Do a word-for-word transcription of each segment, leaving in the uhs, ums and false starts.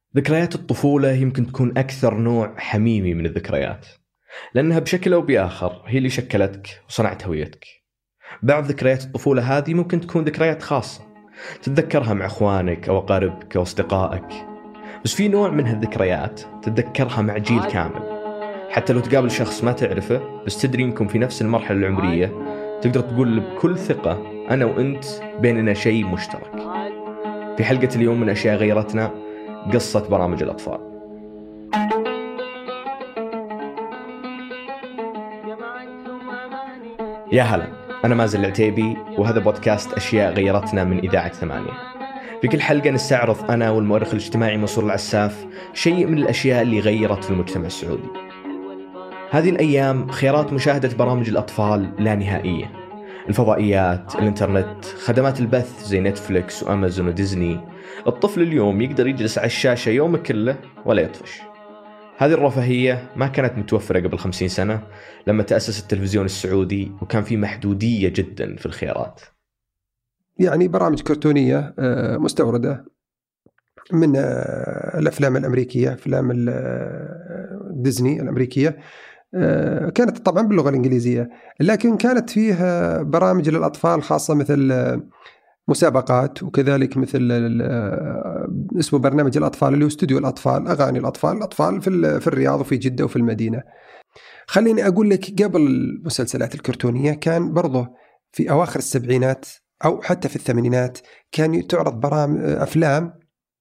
ذكريات الطفولة يمكن تكون أكثر نوع حميمي من الذكريات، لأنها بشكل أو بآخر هي اللي شكلتك وصنعت هويتك. بعض ذكريات الطفولة هذه ممكن تكون ذكريات خاصة تتذكرها مع أخوانك أو أقاربك أو أصدقائك، بس في نوع من هالذكريات تتذكرها مع جيل كامل. حتى لو تقابل شخص ما تعرفه بس تدري إنكم في نفس المرحلة العمرية، تقدر تقول بكل ثقة أنا وأنت بيننا شيء مشترك. في حلقة اليوم من أشياء غيرتنا، قصة برامج الأطفال. يا هلا، أنا مازن العتيبي وهذا بودكاست أشياء غيرتنا من إذاعة ثمانية. في كل حلقة نستعرض أنا والمؤرخ الاجتماعي منصور العساف شيء من الأشياء اللي غيرت في المجتمع السعودي. هذه الأيام خيارات مشاهدة برامج الأطفال لا نهائية: الفضائيات، الانترنت، خدمات البث زي نتفليكس وأمازون وديزني. الطفل اليوم يقدر يجلس على الشاشة يوم كله ولا يطفش. هذه الرفاهية ما كانت متوفرة قبل خمسين سنة لما تأسس التلفزيون السعودي وكان في محدودية جدا في الخيارات. يعني برامج كرتونية مستوردة من الأفلام الأمريكية، أفلام ديزني الأمريكية، كانت طبعا باللغة الإنجليزية، لكن كانت فيها برامج للأطفال خاصة مثل مسابقات، وكذلك مثل اسمه برنامج الأطفال اللي هو استوديو الأطفال، أغاني الأطفال الأطفال في في الرياض وفي جدة وفي المدينة. خليني أقول لك قبل المسلسلات الكرتونية كان برضه في أواخر السبعينات أو حتى في الثمانينات كان تعرض برامج أفلام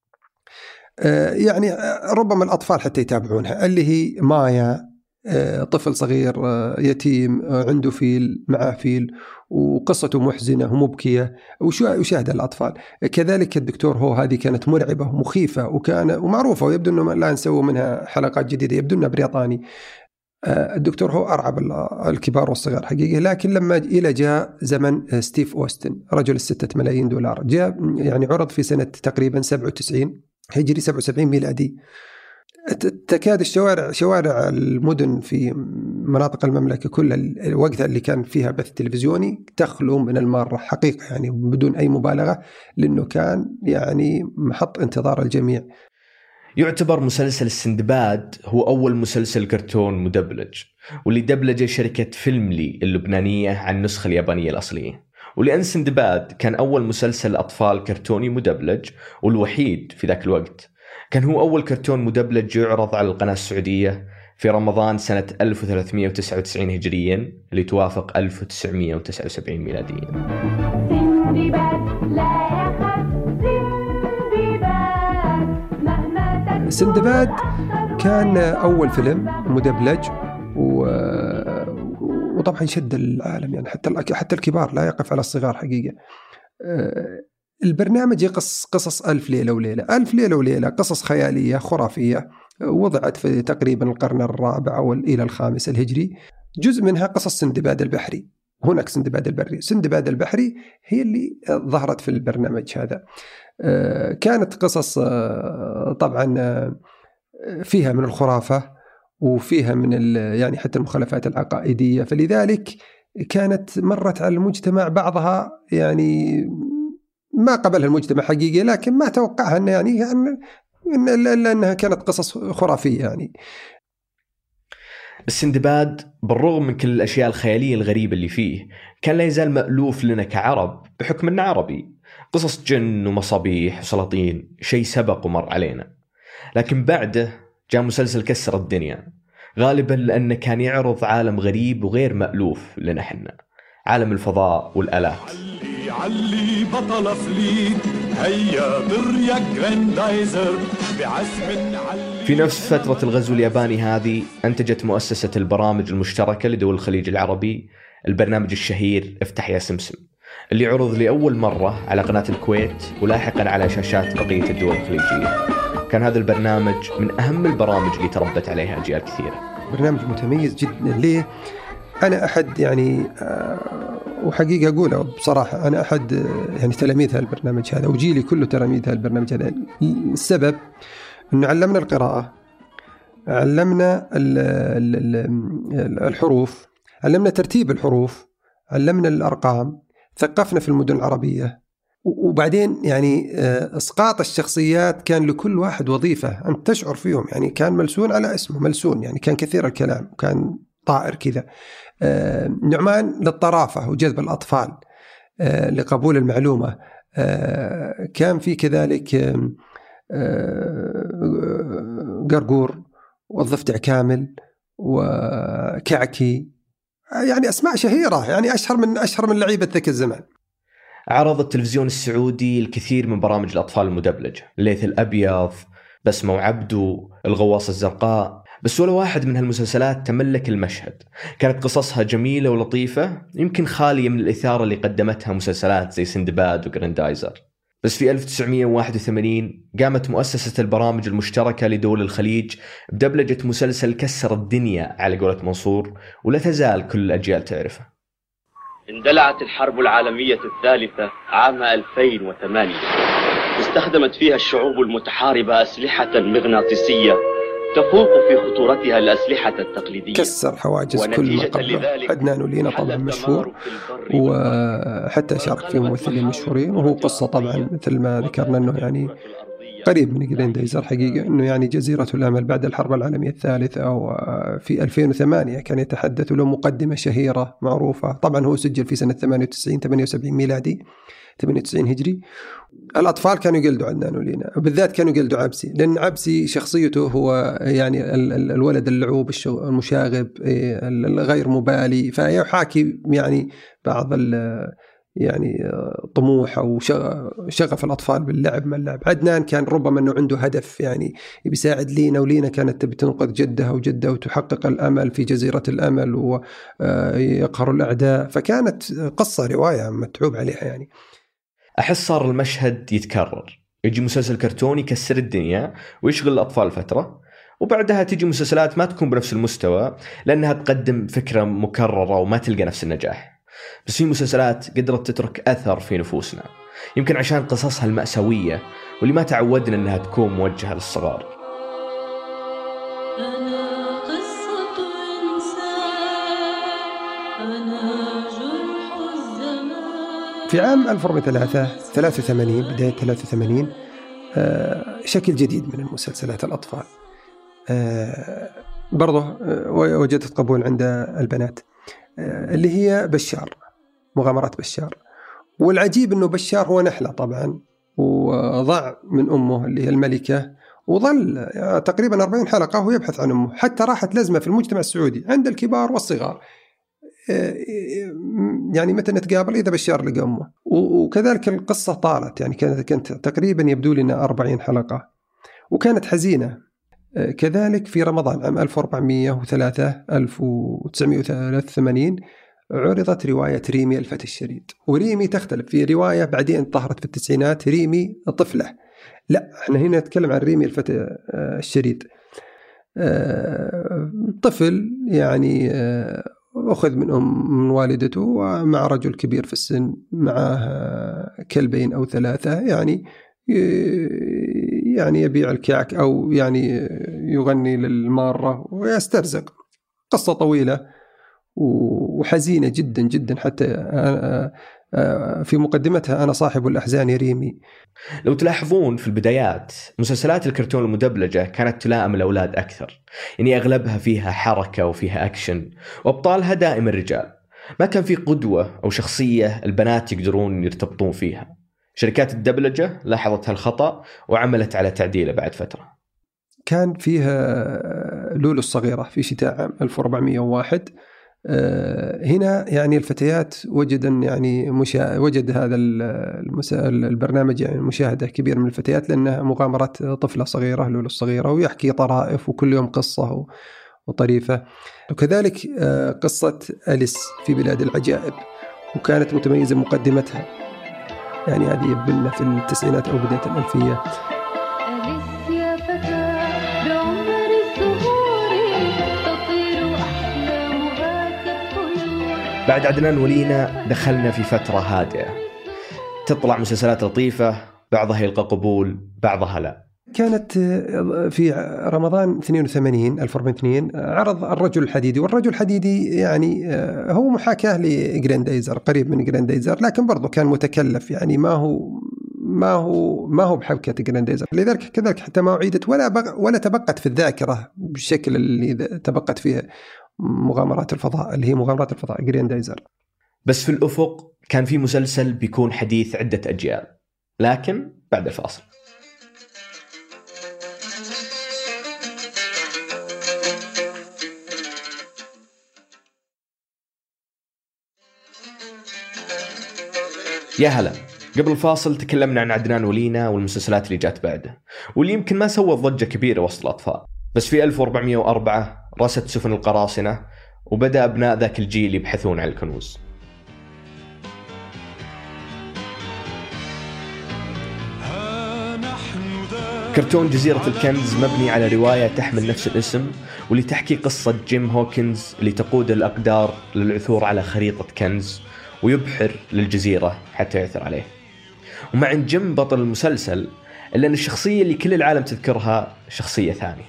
يعني ربما الأطفال حتى يتابعونها، اللي هي مايا، طفل صغير يتيم عنده فيل معه فيل وقصته محزنة ومبكية وشاهد الأطفال. كذلك الدكتور هو، هذه كانت مرعبة ومخيفة وكان ومعروفة، ويبدو أنه لا نسوي منها حلقات جديدة، يبدو أنه بريطاني. الدكتور هو أرعب الكبار والصغار حقيقة. لكن لما إلى جاء زمن ستيف أوستن رجل الستة ملايين دولار، جاء يعني عرض في سنة تقريبا سبعة وتسعين هجري سبعة وسبعين ميلادي. تكاد الشوارع شوارع المدن في مناطق المملكة كلها الوقت اللي كان فيها بث تلفزيوني تخلو من المارة حقيقة، يعني بدون أي مبالغة، لأنه كان يعني محط انتظار الجميع. يعتبر مسلسل السندباد هو أول مسلسل كرتون مدبلج، واللي دبلجه شركة فيلملي اللبنانية عن النسخة اليابانية الأصلية. ولأن سندباد كان أول مسلسل أطفال كرتوني مدبلج والوحيد في ذاك الوقت، كان هو أول كرتون مدبلج يعرض على القناة السعودية في رمضان سنة ألف وثلاثمائة وتسعة وتسعين هجريا، اللي توافق ألف وتسعمائة وتسعة وسبعين ميلاديا. سندباد كان أول فيلم مدبلج و... وطبعا شد العالم، يعني حتى حتى الكبار لا يقف على الصغار حقيقة. البرنامج يقص قصص ألف ليلة وليلة. ألف ليلة وليلة قصص خيالية خرافية وضعت في تقريبا القرن الرابع أو إلى الخامس الهجري. جزء منها قصص سندباد البحري، هناك سندباد البري. سندباد البحري هي اللي ظهرت في البرنامج هذا. كانت قصص طبعا فيها من الخرافة وفيها من يعني حتى المخالفات العقائدية، فلذلك كانت مرت على المجتمع بعضها يعني ما قبلها المجتمع حقيقي، لكن ما توقعها أن يعني إلا أنها كانت قصص خرافية. يعني السندباد بالرغم من كل الأشياء الخيالية الغريبة اللي فيه كان لا يزال مألوف لنا كعرب بحكم أنه عربي. قصص جن ومصابيح وسلاطين شيء سبق ومر علينا، لكن بعده جاء مسلسل كسر الدنيا، غالبا لأنه كان يعرض عالم غريب وغير مألوف لنا حنا، عالم الفضاء والآلات. علي علي بطل فليت هيا ضر جراندايزر بعزم علي. في نفس فترة الغزو الياباني هذه أنتجت مؤسسة البرامج المشتركة لدول الخليج العربي البرنامج الشهير افتح يا سمسم، اللي عرض لأول مرة على قناة الكويت ولاحقا على شاشات بقية الدول الخليجية. كان هذا البرنامج من أهم البرامج اللي تربت عليها أجيال كثيرة. برنامج متميز جدا. ليه؟ أنا أحد يعني وحقيقة أقوله بصراحة، أنا أحد يعني تلاميذ هالبرنامج هذا وجيلي كله تلاميذ هالبرنامج هذا. السبب أنه علمنا القراءة، علمنا الحروف، علمنا ترتيب الحروف، علمنا الأرقام، ثقفنا في المدن العربية، وبعدين يعني إسقاط الشخصيات كان لكل واحد وظيفة أنت تشعر فيهم، يعني كان ملسون على اسمه ملسون، يعني كان كثير الكلام وكان طائر كذا. نعمان للطرافة وجذب الأطفال لقبول المعلومة. كان في كذلك قرقور والضفدع كامل وكعكي، يعني أسماء شهيرة، يعني أشهر من أشهر من لعيبة ذاك الزمان. عرض التلفزيون السعودي الكثير من برامج الأطفال المدبلجة، الليث الأبيض، بسمة وعبدو، الغواصة الزرقاء، بس ولا واحد من هالمسلسلات تملك المشهد. كانت قصصها جميلة ولطيفة، يمكن خالية من الإثارة اللي قدمتها مسلسلات زي سندباد وغريندايزر. بس في ألف وتسعمائة وواحد وثمانين قامت مؤسسة البرامج المشتركة لدول الخليج بدبلجة مسلسل كسر الدنيا على قولة منصور، ولا تزال كل الأجيال تعرفه. اندلعت الحرب العالمية الثالثة عام ألفين وثمانية، استخدمت فيها الشعوب المتحاربة أسلحة مغناطيسية تفوق في خطورتها الأسلحة التقليدية، كسر حواجز كل ما قبله. عدنان ولينا طبعا مشهور، وحتى شارك فيه ممثلين مشهورين، وهو قصة طبعا مثل ما ذكرنا أنه يعني قريب من غريندايزر حقيقة، أنه يعني جزيرة الأمل بعد الحرب العالمية الثالثة أو في ألفين وثمانية كان يتحدث له مقدمة شهيرة معروفة. طبعا هو سجل في سنة ثمانية وتسعين ثمانية وسبعين ميلادي، ثمانية وتسعين هجري. الأطفال كانوا يقلدوا عدنان ولينا، وبالذات كانوا يقلدوا عبسي، لأن عبسي شخصيته هو يعني الولد اللعوب المشاغب الغير مبالي، فيحاكي يعني بعض يعني طموح أو شغف الأطفال باللعب من اللعب. عدنان كان ربما أنه عنده هدف، يعني يساعد لينا، ولينا كانت تبي تنقذ جدها وجدها وتحقق الأمل في جزيرة الأمل ويقهر الأعداء، فكانت قصة رواية متعوب عليها. يعني أحس صار المشهد يتكرر، يجي مسلسل كرتوني يكسر الدنيا ويشغل الأطفال فترة، وبعدها تيجي مسلسلات ما تكون بنفس المستوى لأنها تقدم فكرة مكررة وما تلقى نفس النجاح. بس في مسلسلات قدرت تترك أثر في نفوسنا، يمكن عشان قصصها المأساوية واللي ما تعودنا أنها تكون موجهة للصغار. أنا قصة إنسان، أنا جرح الزمان. في عام ألف وأربعمائة وثلاثة وثمانين بداية ثلاثة وثمانين شكل جديد من المسلسلات الأطفال، برضه وجدت قبول عند البنات، اللي هي بشار، مغامرات بشار. والعجيب أنه بشار هو نحلة طبعا، وضع من أمه اللي هي الملكة، وظل تقريبا أربعين حلقة وهو يبحث عن أمه، حتى راحت لزمة في المجتمع السعودي عند الكبار والصغار، يعني متى نتقابل إذا بشار لقى أمه. وكذلك القصة طالت، يعني كانت كانت تقريبا يبدو لنا أربعين حلقة وكانت حزينة. كذلك في رمضان عام ألف وأربعمائة وثلاثة ألف وتسعمائة وثلاثة وثمانين عرضت رواية ريمي الفتى الشريد. وريمي تختلف، في رواية بعدين ظهرت في التسعينات ريمي طفلة، لا احنا هنا نتكلم عن ريمي الفتى الشريد، طفل يعني أخذ من أم من والدته ومع رجل كبير في السن، معه كلبين أو ثلاثة، يعني يعني يبيع الكعك أو يعني يغني للمارة ويسترزق. قصة طويلة وحزينة جدا جدا، حتى في مقدمتها أنا صاحب الأحزان يا ريمي. لو تلاحظون في البدايات مسلسلات الكرتون المدبلجة كانت تلائم الأولاد أكثر، يعني أغلبها فيها حركة وفيها أكشن، وأبطالها دائما رجال، ما كان في قدوة أو شخصية البنات يقدرون يرتبطون فيها. شركات الدبلجة لاحظت هالخطأ وعملت على تعديله بعد فترة. كان فيها لولو الصغيرة في شتاء عام ألف وأربعمائة وواحد. هنا يعني الفتيات وجد يعني مشا... وجد هذا المسا... البرنامج يعني مشاهدة كبيرة من الفتيات، لأنها مغامرات طفلة صغيرة لولو الصغيرة، ويحكي طرائف وكل يوم قصة وطريفة. وكذلك قصة أليس في بلاد العجائب، وكانت متميزة مقدمتها، يعني هذه يبلنا في التسعينات أو بداية الألفية. أليس يا فتى بعمر الزهور تطير أحلامها كالطيور. بعد عدنان ولينا دخلنا في فترة هادئة، تطلع مسلسلات لطيفة، بعضها يلقى قبول بعضها لا. كانت في رمضان اثنين وثمانين ألف وأربعمائة واثنين عرض الرجل الحديدي، والرجل الحديدي يعني هو محاكاة لجراندايزر، قريب من جراندايزر، لكن برضه كان متكلف، يعني ما هو ما هو ما هو بحبكة جراندايزر. لذلك كذلك حتى ما أعيدت ولا بق ولا تبقت في الذاكرة بالشكل اللي تبقت فيه مغامرات الفضاء اللي هي مغامرات الفضاء جراندايزر. بس في الأفق كان في مسلسل بيكون حديث عدة أجيال، لكن بعد الفاصل. يا هلا. قبل الفاصل تكلمنا عن عدنان ولينا والمسلسلات اللي جات بعده، واللي يمكن ما سوى ضجة كبيرة وسط الأطفال. بس في ألف وأربعمائة وأربعة رست سفن القراصنة، وبدأ أبناء ذاك الجيل يبحثون عن الكنوز. كرتون جزيرة الكنز مبني على رواية تحمل نفس الاسم، واللي تحكي قصة جيم هوكنز اللي تقود الأقدار للعثور على خريطة كنز ويبحر للجزيرة حتى يعثر عليه. ومع ان جيم بطل المسلسل، إلا أن الشخصية اللي كل العالم تذكرها شخصية ثانية.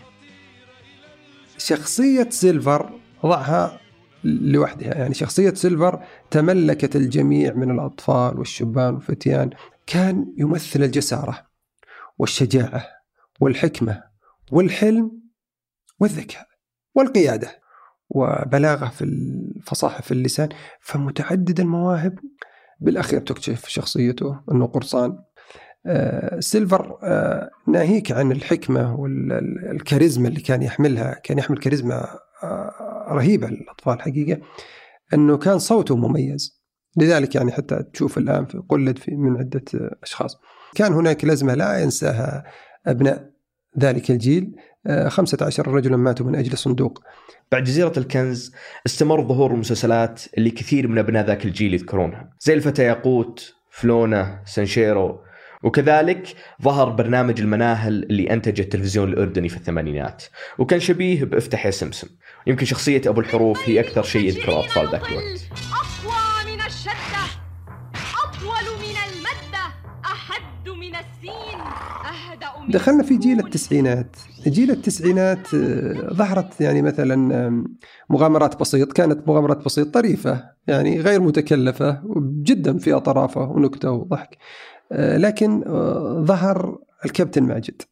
شخصية سيلفر ضعها لوحدها، يعني شخصية سيلفر تملكت الجميع من الأطفال والشبان والفتيان. كان يمثل الجسارة والشجاعة والحكمة والحلم والذكاء والقيادة وبلاغة في الفصاحة في اللسان، فمتعدد المواهب. بالأخير تكتشف شخصيته أنه قرصان. آه سيلفر آه ناهيك عن الحكمة والكاريزما اللي كان يحملها، كان يحمل كاريزما آه رهيبة للأطفال حقيقة، أنه كان صوته مميز. لذلك يعني حتى تشوف الآن في قلد في من عدة أشخاص. كان هناك لازمة لا ينساها أبناء ذلك الجيل. آه خمسة عشر رجلا ماتوا من أجل صندوق. بعد جزيرة الكنز استمر ظهور المسلسلات اللي كثير من أبناء ذاك الجيل يذكرونها، زي الفتى ياقوت، فلونا، سانشيرو. وكذلك ظهر برنامج المناهل اللي أنتج التلفزيون الأردني في الثمانينات، وكان شبيه بإفتح يا سمسم. يمكن شخصية أبو الحروف هي أكثر شيء يذكر أطفال ذاك الوقت. أقوى من الشدة، أطول من المدة، أحد من السين، أهدأ من دخلنا في جيل التسعينات. جيل التسعينات ظهرت يعني مثلا مغامرات بسيط، كانت مغامرات بسيط طريفة، يعني غير متكلفة جدا، فيها طرافة ونكتة وضحك. لكن ظهر الكابتن ماجد.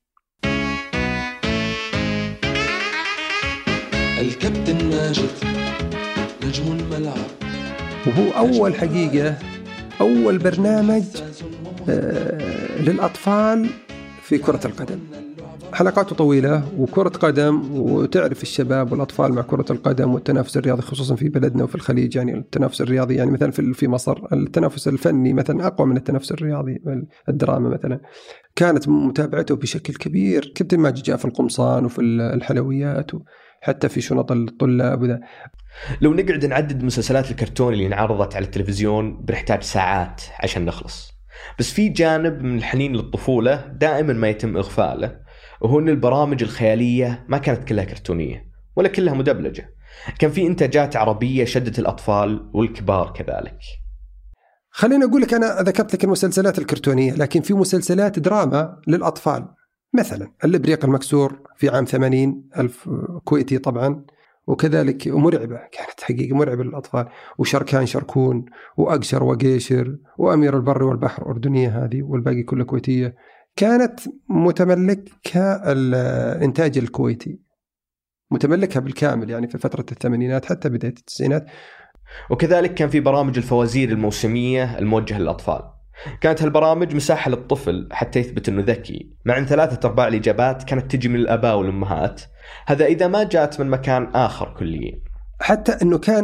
الكابتن ماجد نجم الملعب، وهو أول حقيقة أول برنامج للأطفال في كرة القدم. حلقاته طويلة وكرة قدم، وتعرف الشباب والأطفال مع كرة القدم والتنافس الرياضي، خصوصا في بلدنا وفي الخليج. يعني التنافس الرياضي يعني مثلا في مصر التنافس الفني مثلا أقوى من التنافس الرياضي. الدراما مثلا كانت متابعته بشكل كبير. كابتن ماجد جاء في القمصان وفي الحلويات وحتى في شنط الطلاب وذا. لو نقعد نعدد مسلسلات الكرتون اللي انعرضت على التلفزيون بنحتاج ساعات عشان نخلص. بس في جانب من الحنين للطفولة دائما ما يتم إغفاله، وهو أن البرامج الخيالية ما كانت كلها كرتونية ولا كلها مدبلجة. كان في إنتاجات عربية شدت الأطفال والكبار كذلك. خليني أقول لك، أنا ذكرت لك المسلسلات الكرتونية، لكن في مسلسلات دراما للأطفال، مثلا الإبريق المكسور في عام ثمانين ألف كويتي طبعا، وكذلك مرعبة، كانت حقيقة مرعبة للأطفال. وشركان شركون وأقشر وقيشر وأمير البر والبحر أردنية هذه، والباقي كله كويتية. كانت متملكها الإنتاج الكويتي، متملكها بالكامل يعني في فترة الثمانينات حتى بداية التسعينات. وكذلك كان في برامج الفوازير الموسمية الموجهة للأطفال. كانت هالبرامج مساحة للطفل حتى يثبت أنه ذكي، مع أن ثلاثة أرباع الإجابات كانت تجي من الآباء والأمهات، هذا إذا ما جاءت من مكان آخر كليا. حتى أنه كان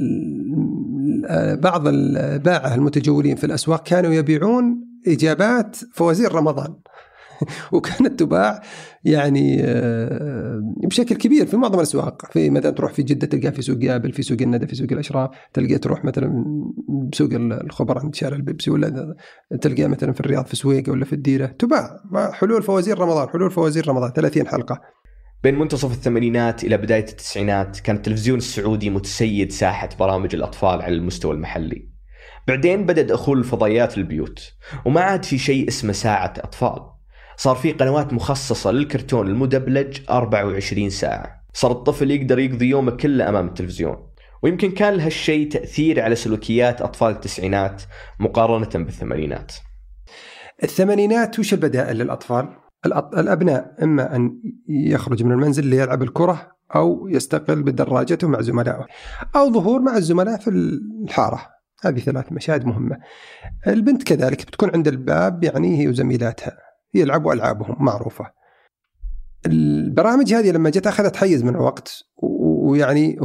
بعض الباعة المتجولين في الأسواق كانوا يبيعون إجابات فوازير رمضان وكانت تباع يعني بشكل كبير في معظم الأسواق. في مثلا تروح في جدة تلقى في سوق يابل، في سوق الندى، في سوق الأشراف، تلقى تروح مثلا بسوق الخبر عند شارع البيبسي، ولا تلقى مثلا في الرياض في سويقة ولا في الديرة تباع مع حلول فوازير رمضان. حلول فوازير رمضان ثلاثين حلقة. بين منتصف الثمانينات إلى بداية التسعينات كان التلفزيون السعودي متسيد ساحة برامج الأطفال على المستوى المحلي. بعدين بدأ دخول الفضائيات للبيوت، وما عاد في شيء اسمه ساعة أطفال. صار في قنوات مخصصة للكرتون المدبلج أربعة وعشرين ساعة. صار الطفل يقدر يقضي يومه كله أمام التلفزيون. ويمكن كان لهالشيء تأثير على سلوكيات أطفال التسعينات مقارنة بالثمانينات. الثمانينات وش البدائل للأطفال؟ الأبناء إما أن يخرج من المنزل ليلعب الكرة أو يستقل بدراجته مع زملائه أو ظهور مع الزملاء في الحارة. هذه ثلاث مشاهد مهمة. البنت كذلك بتكون عند الباب، يعني هي وزميلاتها يلعبوا ألعابهم معروفة. البرامج هذه لما جت أخذت حيز من الوقت، ويعني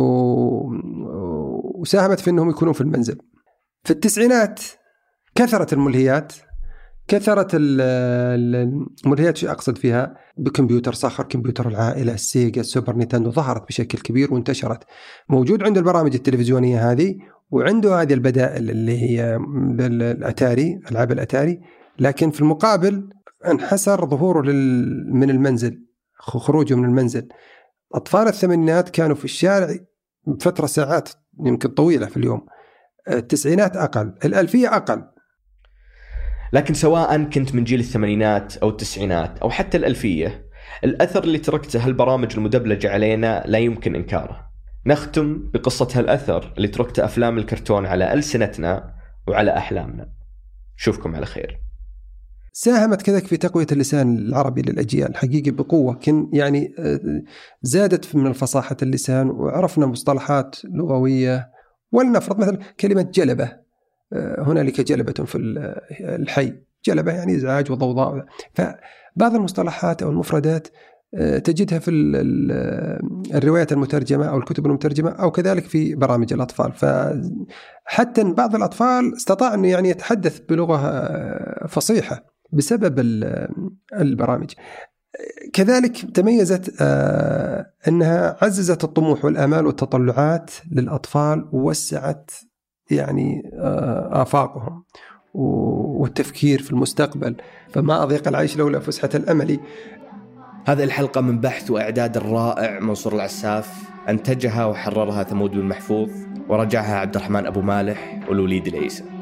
وساهمت في أنهم يكونون في المنزل. في التسعينات كثرت الملهيات، كثرت الملهيات. شو أقصد فيها؟ بكمبيوتر صخر، كمبيوتر العائلة، السيجا، السوبر نينتندو، ظهرت بشكل كبير وانتشرت. موجود عنده البرامج التلفزيونية هذه، وعنده هذه البدائل اللي هي الأتاري، ألعاب الأتاري. لكن في المقابل انحسر ظهوره من المنزل، خروجه من المنزل. أطفال الثمانينات كانوا في الشارع بفترة ساعات يمكن طويلة في اليوم. التسعينات أقل، الألفية أقل. لكن سواء كنت من جيل الثمانينات أو التسعينات أو حتى الألفية، الأثر اللي تركته هالبرامج المدبلجة علينا لا يمكن إنكاره. نختم بقصة هالأثر اللي تركته أفلام الكرتون على ألسنتنا وعلى أحلامنا. شوفكم على خير. ساهمت كذلك في تقوية اللسان العربي للأجيال حقيقي بقوة. كن يعني زادت من الفصاحة اللسان، وعرفنا مصطلحات لغوية. ولنفرض مثلا كلمة جلبة، هنالك جلبة في الحي، جلبة يعني إزعاج وضوضاء. فبعض المصطلحات أو المفردات تجدها في الروايات المترجمة أو الكتب المترجمة، أو كذلك في برامج الأطفال. فحتى بعض الأطفال استطاع أن يعني يتحدث بلغة فصيحة بسبب البرامج. كذلك تميزت أنها عززت الطموح والآمال والتطلعات للأطفال، ووسعت يعني آفاقهم والتفكير في المستقبل. فما أضيق العيش لولا فسحة الأمل. هذه الحلقة من بحث وإعداد الرائع منصور العساف، أنتجها وحررها ثمود بن محفوظ، ورجعها عبد الرحمن أبو مالح والوليد العيسى.